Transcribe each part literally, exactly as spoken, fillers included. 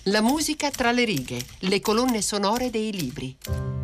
La musica tra le righe, le colonne sonore dei libri.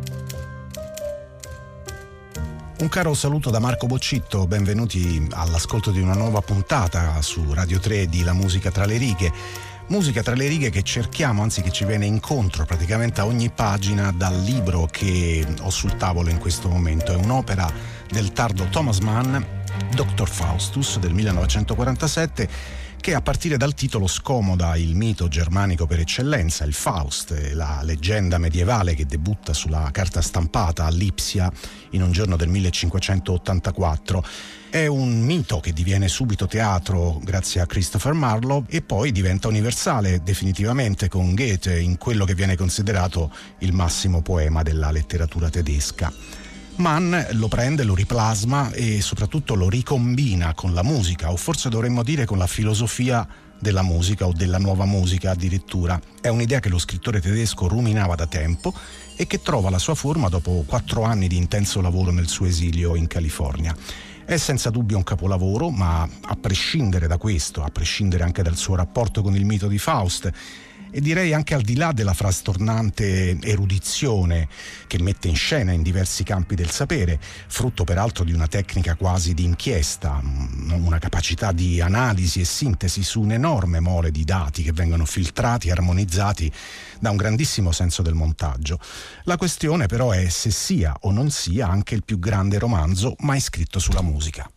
Un caro saluto da Marco Boccitto, benvenuti all'ascolto di una nuova puntata su Radio tre di La musica tra le righe. Musica tra le righe che cerchiamo, anzi che ci viene incontro praticamente a ogni pagina dal libro che ho sul tavolo in questo momento. È un'opera del tardo Thomas Mann, doctor Faustus del millenovecentoquarantasette, che a partire dal titolo scomoda il mito germanico per eccellenza, il Faust, la leggenda medievale che debutta sulla carta stampata a Lipsia in un giorno del millecinquecentottantaquattro. È un mito che diviene subito teatro grazie a Christopher Marlowe e poi diventa universale definitivamente con Goethe in quello che viene considerato il massimo poema della letteratura tedesca. Mann lo prende, lo riplasma e soprattutto lo ricombina con la musica, o forse dovremmo dire con la filosofia della musica o della nuova musica addirittura. È un'idea che lo scrittore tedesco ruminava da tempo e che trova la sua forma dopo quattro anni di intenso lavoro nel suo esilio in California. È senza dubbio un capolavoro, ma a prescindere da questo, a prescindere anche dal suo rapporto con il mito di Faust, e direi anche al di là della frastornante erudizione che mette in scena in diversi campi del sapere, frutto peraltro di una tecnica quasi di inchiesta, una capacità di analisi e sintesi su un'enorme mole di dati che vengono filtrati e armonizzati da un grandissimo senso del montaggio. La questione però è se sia o non sia anche il più grande romanzo mai scritto sulla musica.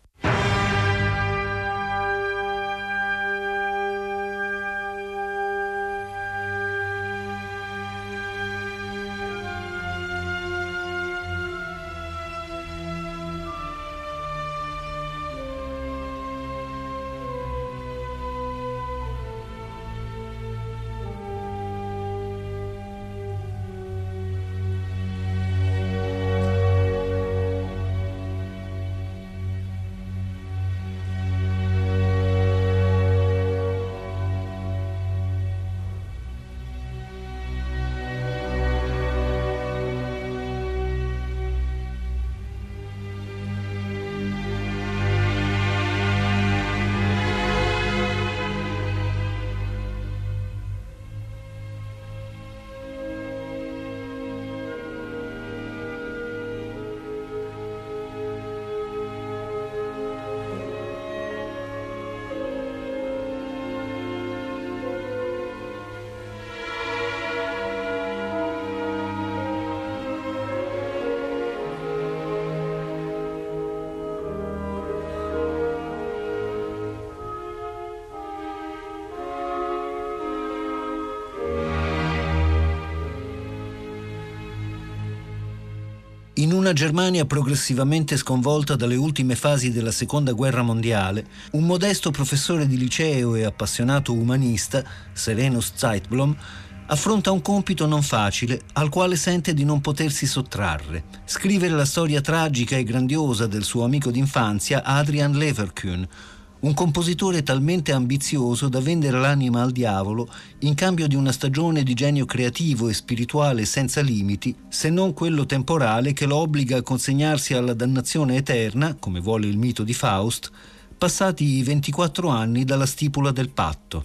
In una Germania progressivamente sconvolta dalle ultime fasi della Seconda Guerra Mondiale, un modesto professore di liceo e appassionato umanista, Serenus Zeitblom, affronta un compito non facile al quale sente di non potersi sottrarre: scrivere la storia tragica e grandiosa del suo amico d'infanzia Adrian Leverkühn, un compositore talmente ambizioso da vendere l'anima al diavolo in cambio di una stagione di genio creativo e spirituale senza limiti, se non quello temporale che lo obbliga a consegnarsi alla dannazione eterna, come vuole il mito di Faust, passati i ventiquattro anni dalla stipula del patto.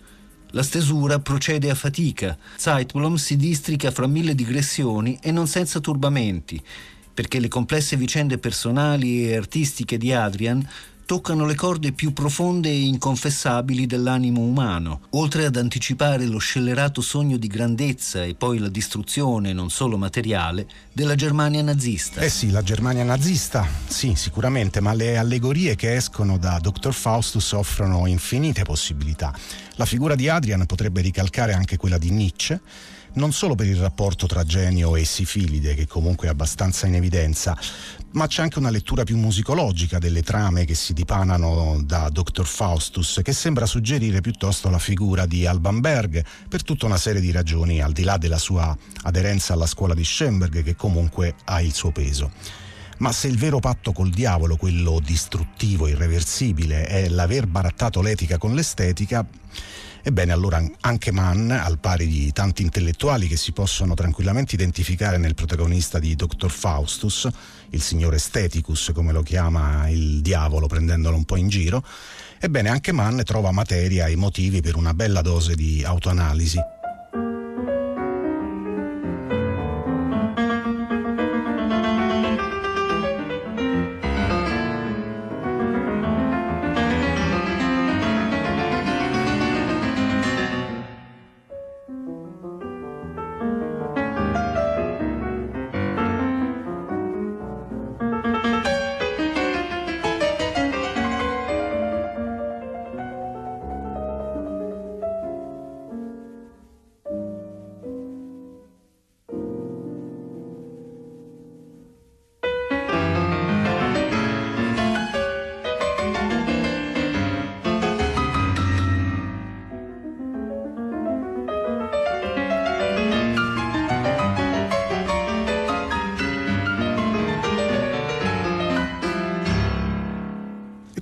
La stesura procede a fatica. Zeitblom si districa fra mille digressioni e non senza turbamenti, perché le complesse vicende personali e artistiche di Adrian toccano le corde più profonde e inconfessabili dell'animo umano, oltre ad anticipare lo scellerato sogno di grandezza e poi la distruzione, non solo materiale, della Germania nazista. Eh sì, la Germania nazista, sì, sicuramente, ma le allegorie che escono da doctor Faustus offrono infinite possibilità. La figura di Adrian potrebbe ricalcare anche quella di Nietzsche, non solo per il rapporto tra genio e sifilide, che comunque è abbastanza in evidenza, ma c'è anche una lettura più musicologica delle trame che si dipanano da doctor Faustus, che sembra suggerire piuttosto la figura di Alban Berg per tutta una serie di ragioni, al di là della sua aderenza alla scuola di Schoenberg, che comunque ha il suo peso. Ma se il vero patto col diavolo, quello distruttivo, irreversibile, è l'aver barattato l'etica con l'estetica, ebbene allora anche Mann, al pari di tanti intellettuali che si possono tranquillamente identificare nel protagonista di doctor Faustus, il signor Aestheticus come lo chiama il diavolo prendendolo un po' in giro, ebbene anche Mann trova materia e motivi per una bella dose di autoanalisi.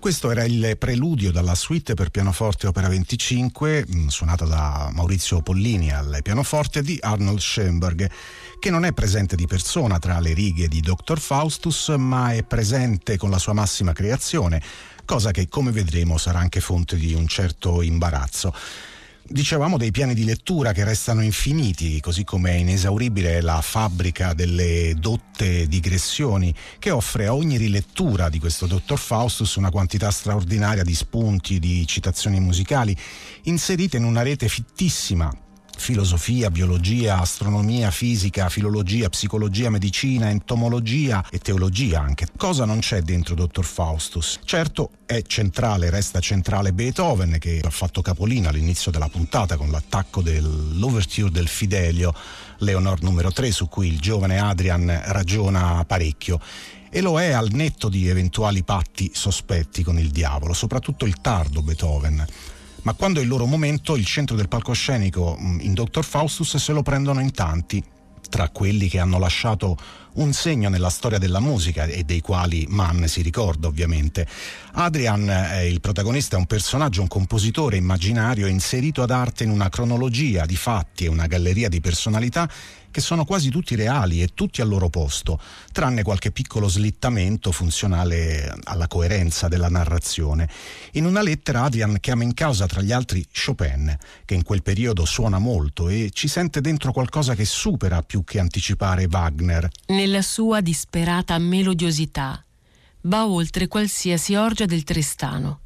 Questo era il preludio dalla suite per pianoforte opera venticinque, suonata da Maurizio Pollini al pianoforte, di Arnold Schoenberg, che non è presente di persona tra le righe di doctor Faustus, ma è presente con la sua massima creazione, cosa che, come vedremo, sarà anche fonte di un certo imbarazzo. Dicevamo dei piani di lettura che restano infiniti, così come inesauribile la fabbrica delle dotte digressioni, che offre a ogni rilettura di questo dottor Faustus una quantità straordinaria di spunti, di citazioni musicali, inserite in una rete fittissima. Filosofia, biologia, astronomia, fisica, filologia, psicologia, medicina, entomologia e teologia anche. Cosa non c'è dentro dottor Faustus? Certo, è centrale, resta centrale Beethoven, che ha fatto capolino all'inizio della puntata con l'attacco dell'Ouverture del Fidelio, Leonore numero tre, su cui il giovane Adrian ragiona parecchio. E lo è al netto di eventuali patti sospetti con il diavolo, soprattutto il tardo Beethoven. Ma quando è il loro momento, il centro del palcoscenico in doctor Faustus se lo prendono in tanti, tra quelli che hanno lasciato un segno nella storia della musica e dei quali Mann si ricorda ovviamente. Adrian, è il protagonista, è un personaggio, un compositore immaginario inserito ad arte in una cronologia di fatti e una galleria di personalità che sono quasi tutti reali e tutti al loro posto, tranne qualche piccolo slittamento funzionale alla coerenza della narrazione. In una lettera Adrian chiama in causa tra gli altri Chopin, che in quel periodo suona molto e ci sente dentro qualcosa che supera più che anticipare Wagner. Nella sua disperata melodiosità va oltre qualsiasi orgia del Tristano,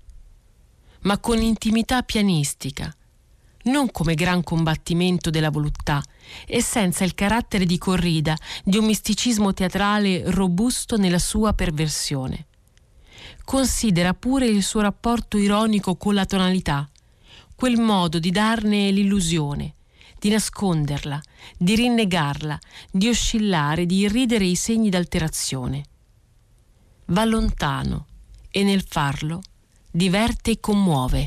ma con intimità pianistica, non come gran combattimento della voluttà e senza il carattere di corrida di un misticismo teatrale robusto nella sua perversione. Considera pure il suo rapporto ironico con la tonalità, quel modo di darne l'illusione, di nasconderla, di rinnegarla, di oscillare, di irridere i segni d'alterazione. Va lontano e nel farlo diverte e commuove.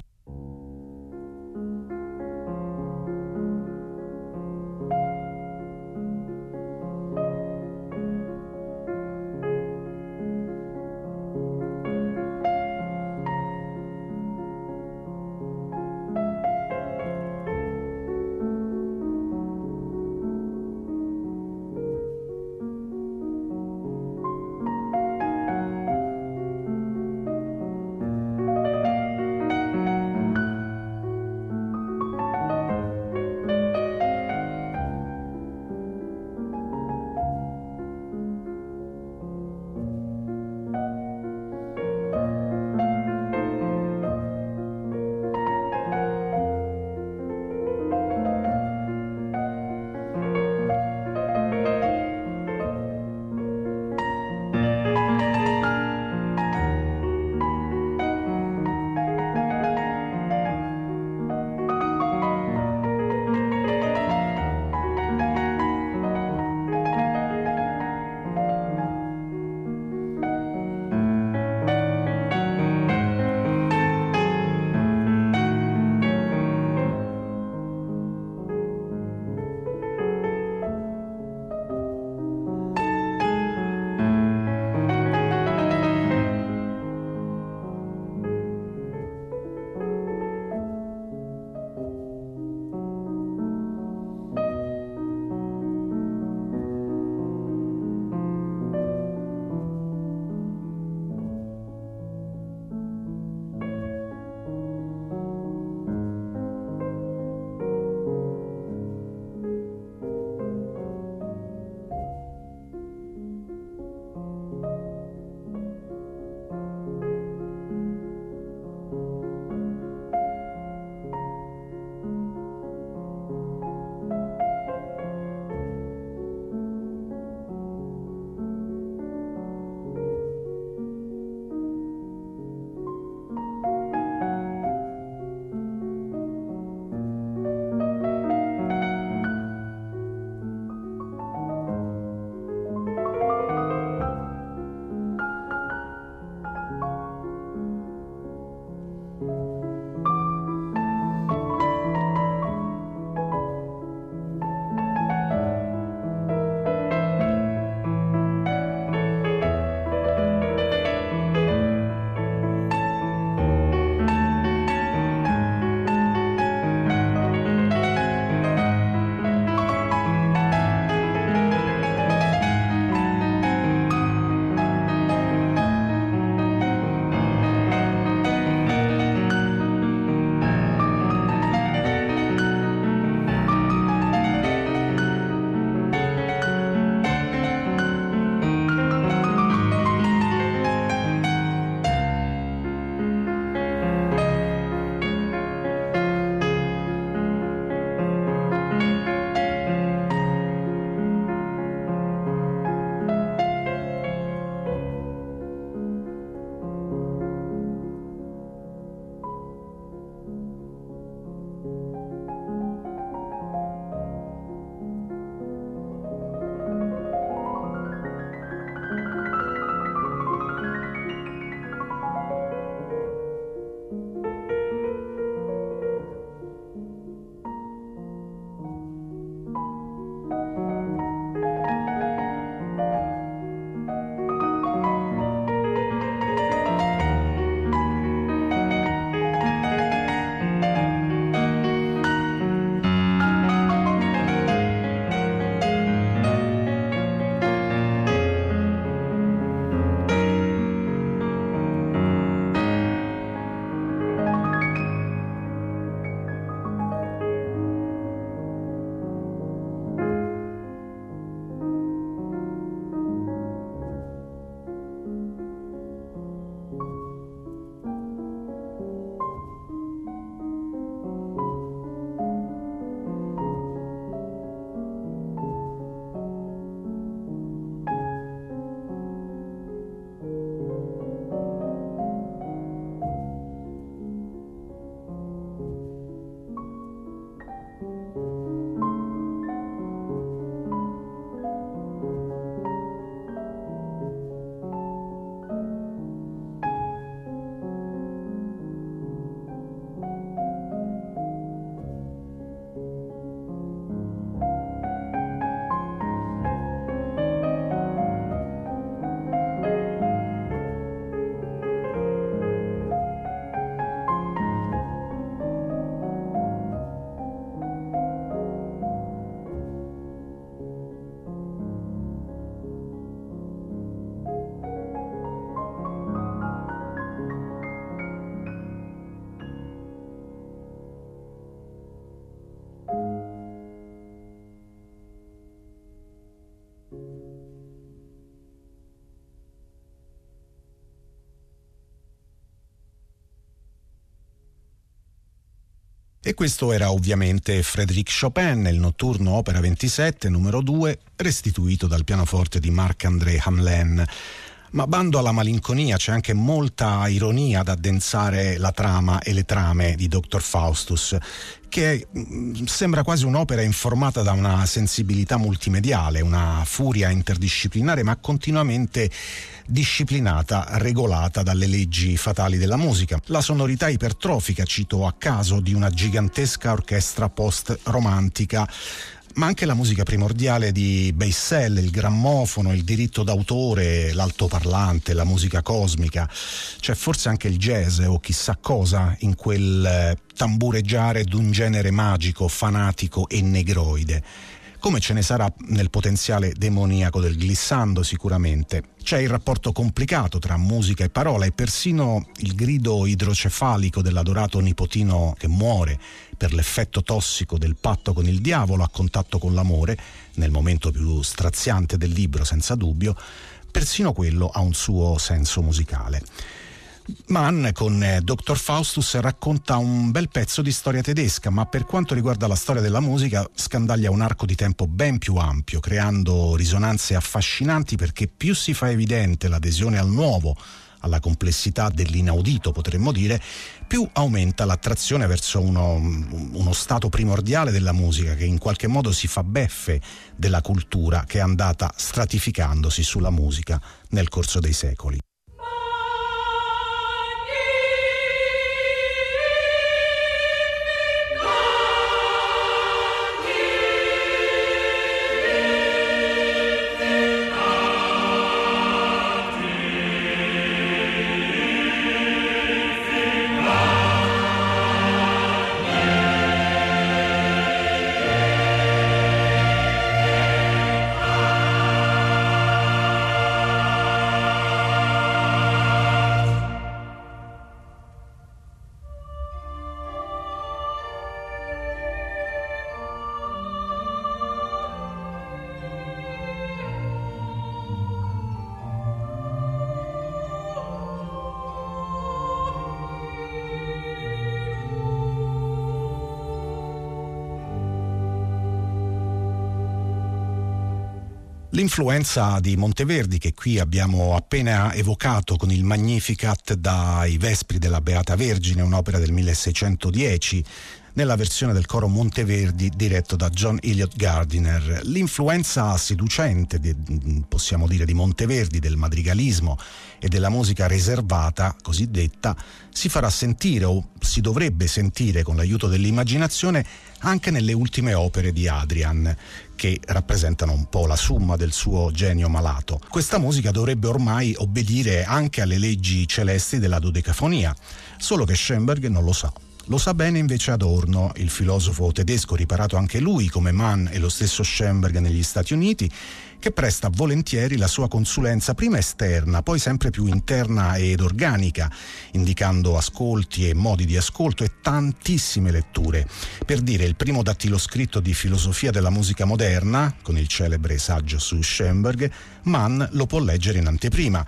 E questo era ovviamente Frédéric Chopin nel notturno opera ventisette numero due, restituito dal pianoforte di Marc-André Hamelin. Ma bando alla malinconia, c'è anche molta ironia ad addensare la trama e le trame di doctor Faustus, che sembra quasi un'opera informata da una sensibilità multimediale, una furia interdisciplinare ma continuamente disciplinata, regolata dalle leggi fatali della musica. La sonorità ipertrofica, cito a caso, di una gigantesca orchestra post-romantica, ma anche la musica primordiale di Baissel, il grammofono, il diritto d'autore, l'altoparlante, la musica cosmica, c'è forse anche il jazz o chissà cosa in quel tambureggiare d'un genere magico, fanatico e negroide, come ce ne sarà nel potenziale demoniaco del glissando sicuramente. C'è il rapporto complicato tra musica e parola e persino il grido idrocefalico dell'adorato nipotino che muore per l'effetto tossico del patto con il diavolo a contatto con l'amore, nel momento più straziante del libro senza dubbio, persino quello ha un suo senso musicale. Mann con doctor Faustus racconta un bel pezzo di storia tedesca, ma per quanto riguarda la storia della musica scandaglia un arco di tempo ben più ampio, creando risonanze affascinanti perché più si fa evidente l'adesione al nuovo, alla complessità dell'inaudito potremmo dire, più aumenta l'attrazione verso uno, uno stato primordiale della musica che in qualche modo si fa beffe della cultura che è andata stratificandosi sulla musica nel corso dei secoli. L'influenza di Monteverdi, che qui abbiamo appena evocato con il Magnificat dai Vespri della Beata Vergine, un'opera del milleseicentodieci, nella versione del coro Monteverdi diretto da John Eliot Gardiner. L'influenza seducente, di, possiamo dire, di Monteverdi, del madrigalismo e della musica riservata, cosiddetta, si farà sentire o si dovrebbe sentire con l'aiuto dell'immaginazione anche nelle ultime opere di Adrian, che rappresentano un po' la summa del suo genio malato. Questa musica dovrebbe ormai obbedire anche alle leggi celesti della dodecafonia, solo che Schoenberg non lo sa. Lo sa bene invece Adorno, il filosofo tedesco riparato anche lui come Mann e lo stesso Schoenberg negli Stati Uniti, che presta volentieri la sua consulenza prima esterna, poi sempre più interna ed organica, indicando ascolti e modi di ascolto e tantissime letture. Per dire, il primo dattiloscritto di filosofia della musica moderna, con il celebre saggio su Schoenberg, Mann lo può leggere in anteprima.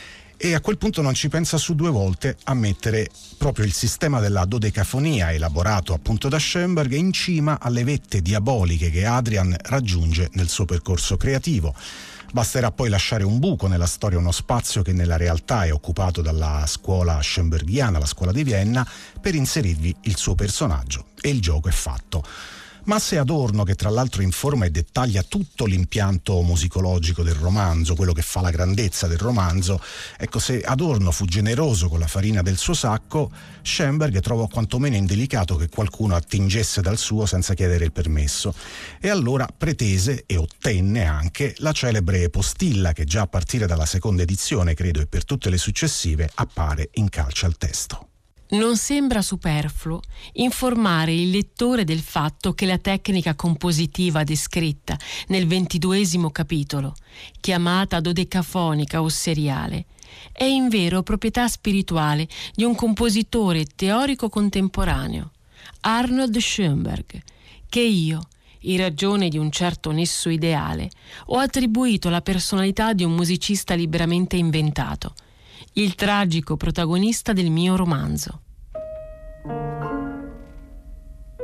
E a quel punto non ci pensa su due volte a mettere proprio il sistema della dodecafonia, elaborato appunto da Schoenberg, in cima alle vette diaboliche che Adrian raggiunge nel suo percorso creativo. Basterà poi lasciare un buco nella storia, uno spazio che nella realtà è occupato dalla scuola schoenbergiana, la scuola di Vienna, per inserirvi il suo personaggio e il gioco è fatto. Ma se Adorno, che tra l'altro informa e dettaglia tutto l'impianto musicologico del romanzo, quello che fa la grandezza del romanzo, ecco, se Adorno fu generoso con la farina del suo sacco, Schoenberg trovò quantomeno indelicato che qualcuno attingesse dal suo senza chiedere il permesso, e allora pretese e ottenne anche la celebre postilla che già a partire dalla seconda edizione, credo, e per tutte le successive, appare in calce al testo. Non sembra superfluo informare il lettore del fatto che la tecnica compositiva descritta nel ventiduesimo capitolo, chiamata dodecafonica o seriale, è in vero proprietà spirituale di un compositore teorico contemporaneo, Arnold Schoenberg, che io, in ragione di un certo nesso ideale, ho attribuito alla personalità di un musicista liberamente inventato, il tragico protagonista del mio romanzo.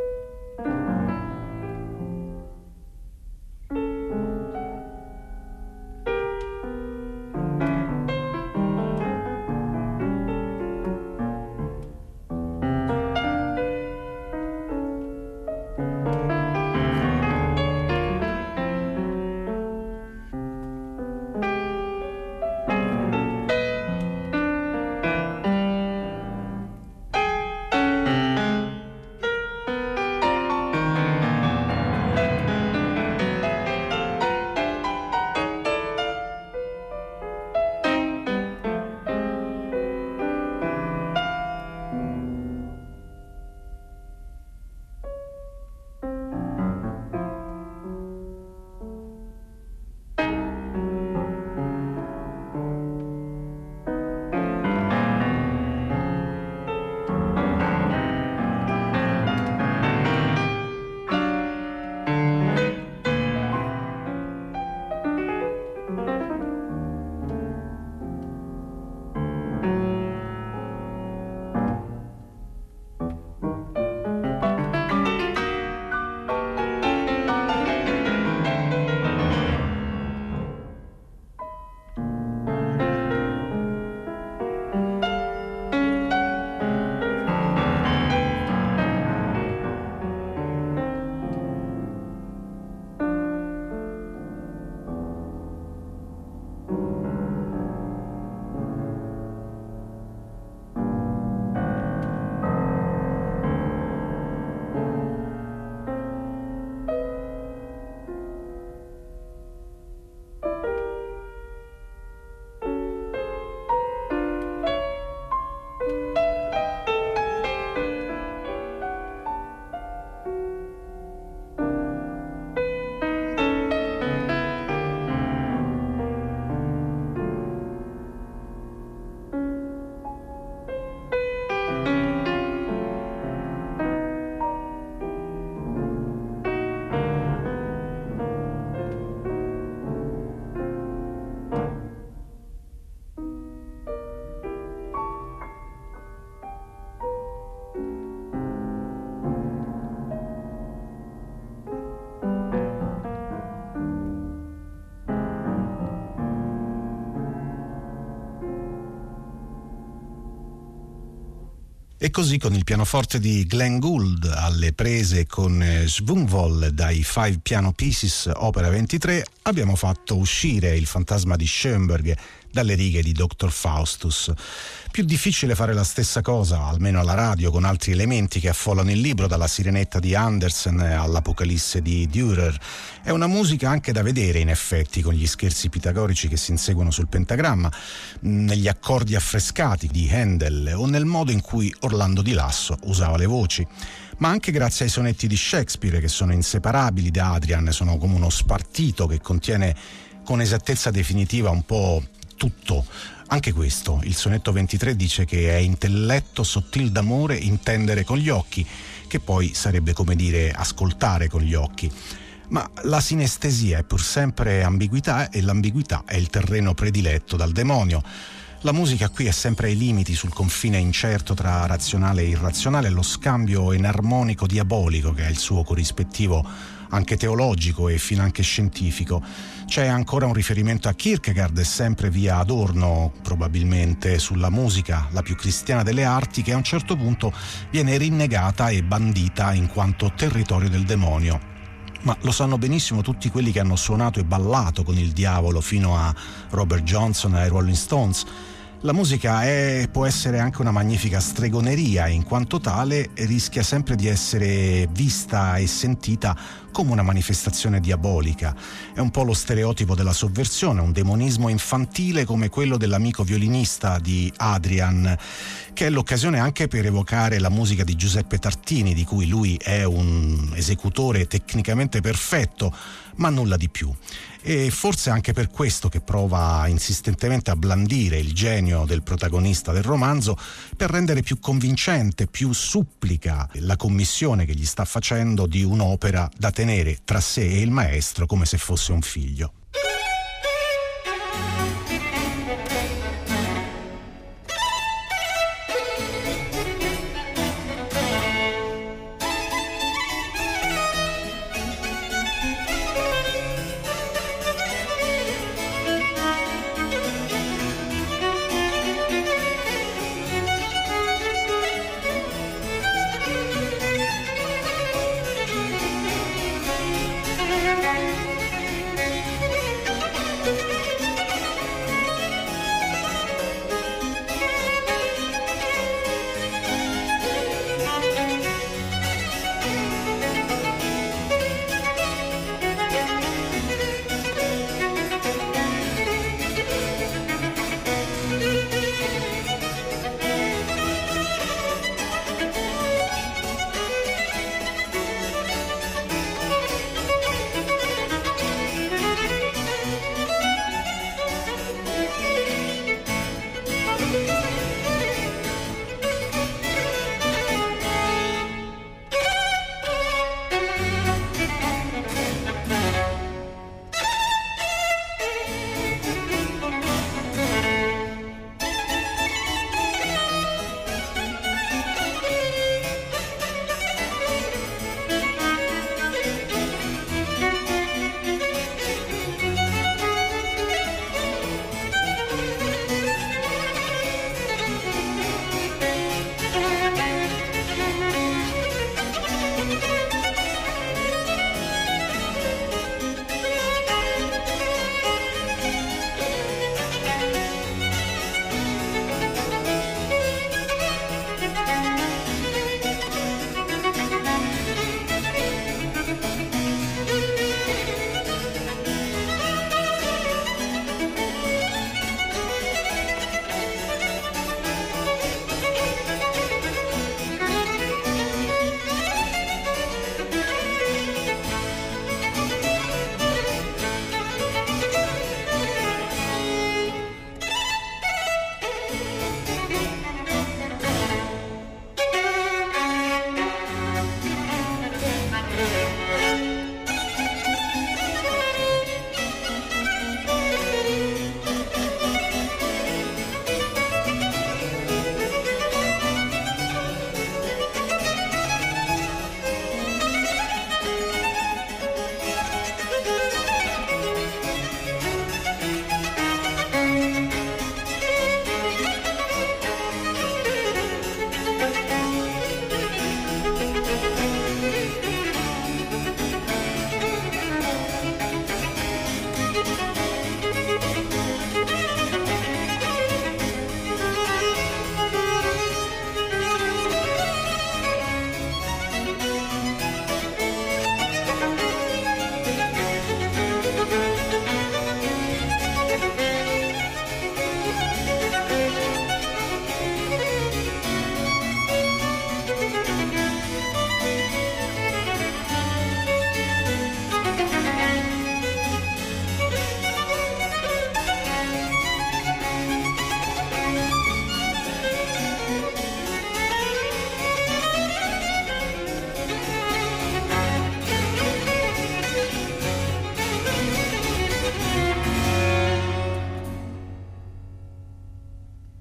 E così con il pianoforte di Glenn Gould alle prese con Schwungvoll dai Five Piano Pieces opera ventitré abbiamo fatto uscire il fantasma di Schoenberg dalle righe di doctor Faustus. Più difficile fare la stessa cosa, almeno alla radio, con altri elementi che affollano il libro, dalla Sirenetta di Andersen all'Apocalisse di Dürer. È una musica anche da vedere, in effetti, con gli scherzi pitagorici che si inseguono sul pentagramma, negli accordi affrescati di Handel o nel modo in cui Orlando di Lasso usava le voci, ma anche grazie ai sonetti di Shakespeare, che sono inseparabili da Adrian, sono come uno spartito che contiene con esattezza definitiva un po' tutto. Anche questo, il sonetto ventitré dice che è intelletto sottil d'amore intendere con gli occhi, che poi sarebbe come dire ascoltare con gli occhi. Ma la sinestesia è pur sempre ambiguità e l'ambiguità è il terreno prediletto dal demonio. La musica qui è sempre ai limiti, sul confine incerto tra razionale e irrazionale, lo scambio enarmonico diabolico che è il suo corrispettivo anche teologico e finanche scientifico. C'è ancora un riferimento a Kierkegaard e sempre via Adorno, probabilmente, sulla musica, la più cristiana delle arti, che a un certo punto viene rinnegata e bandita in quanto territorio del demonio. Ma lo sanno benissimo tutti quelli che hanno suonato e ballato con il diavolo, fino a Robert Johnson e ai Rolling Stones. La musica è, può essere anche una magnifica stregoneria e in quanto tale rischia sempre di essere vista e sentita come una manifestazione diabolica. È un po' lo stereotipo della sovversione, un demonismo infantile come quello dell'amico violinista di Adrian, che è l'occasione anche per evocare la musica di Giuseppe Tartini, di cui lui è un esecutore tecnicamente perfetto, ma nulla di più. E forse anche per questo che prova insistentemente a blandire il genio del protagonista del romanzo per rendere più convincente, più supplica la commissione che gli sta facendo di un'opera da tenere tra sé e il maestro come se fosse un figlio.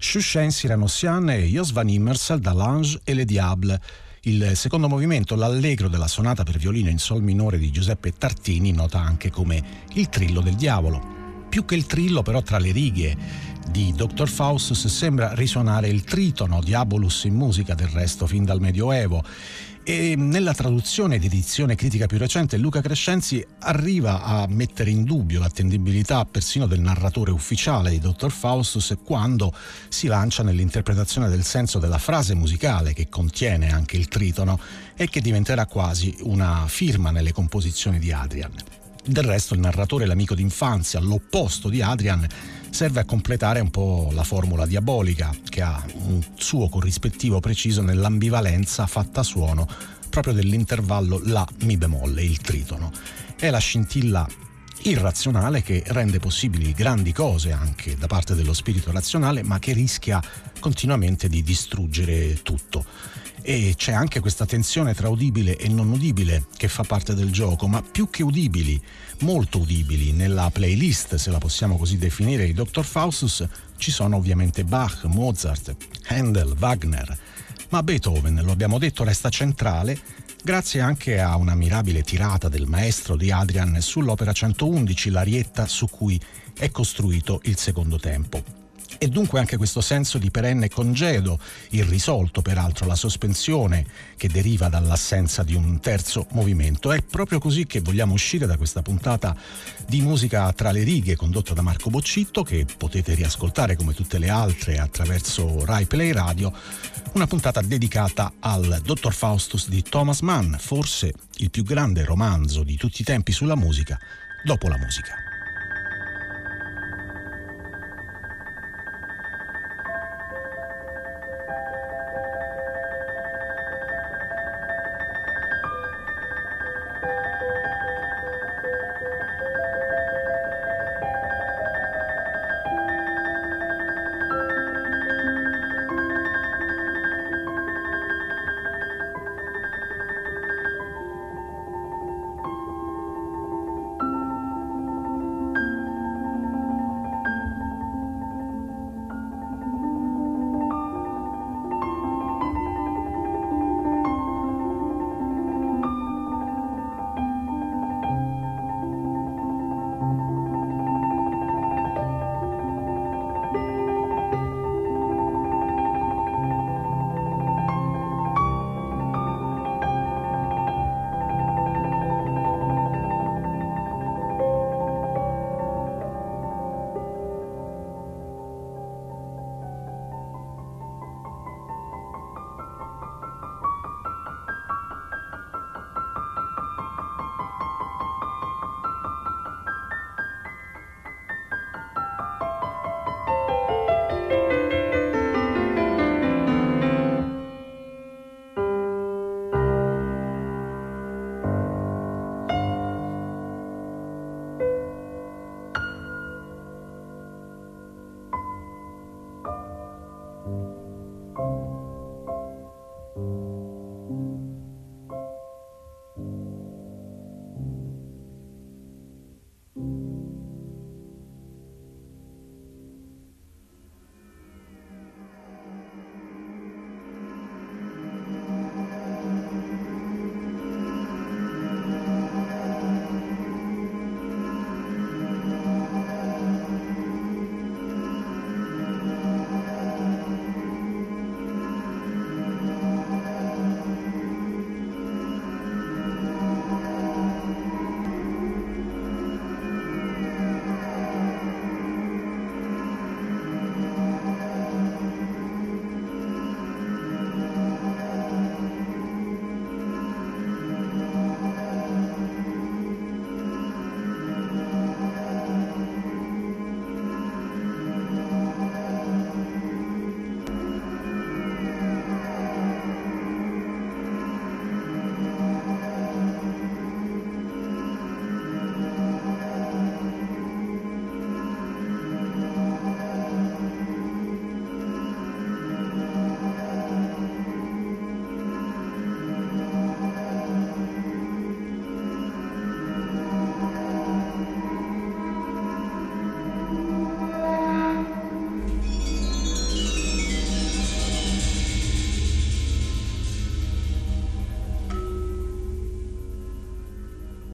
Sciuscensi, Renossian e Jos van Immersel da L'Ange et le Diable. Il secondo movimento, l'allegro della sonata per violino in sol minore di Giuseppe Tartini, nota anche come il Trillo del Diavolo. Più che il trillo, però, tra le righe di doctor Faustus sembra risuonare il tritono, Diabolus in musica del resto fin dal Medioevo. E nella traduzione ed edizione critica più recente Luca Crescenzi arriva a mettere in dubbio l'attendibilità persino del narratore ufficiale di doctor Faustus quando si lancia nell'interpretazione del senso della frase musicale che contiene anche il tritono e che diventerà quasi una firma nelle composizioni di Adrian. Del resto il narratore, l'amico d'infanzia, l'opposto di Adrian, serve a completare un po' la formula diabolica, che ha un suo corrispettivo preciso nell'ambivalenza fatta a suono proprio dell'intervallo La-Mi bemolle, il tritono. È la scintilla irrazionale che rende possibili grandi cose anche da parte dello spirito razionale, ma che rischia continuamente di distruggere tutto. E c'è anche questa tensione tra udibile e non udibile che fa parte del gioco, ma più che udibili, molto udibili, nella playlist, se la possiamo così definire, di doctor Faustus ci sono ovviamente Bach, Mozart, Handel, Wagner, ma Beethoven, lo abbiamo detto, resta centrale grazie anche a una mirabile tirata del maestro di Adrian sull'opera centoundici, l'arietta su cui è costruito il secondo tempo. E dunque anche questo senso di perenne congedo, irrisolto peraltro, la sospensione che deriva dall'assenza di un terzo movimento. È proprio così che vogliamo uscire da questa puntata di Musica tra le righe condotta da Marco Boccitto, che potete riascoltare come tutte le altre attraverso Rai Play Radio, una puntata dedicata al doctor Faustus di Thomas Mann, forse il più grande romanzo di tutti i tempi sulla musica, dopo la musica.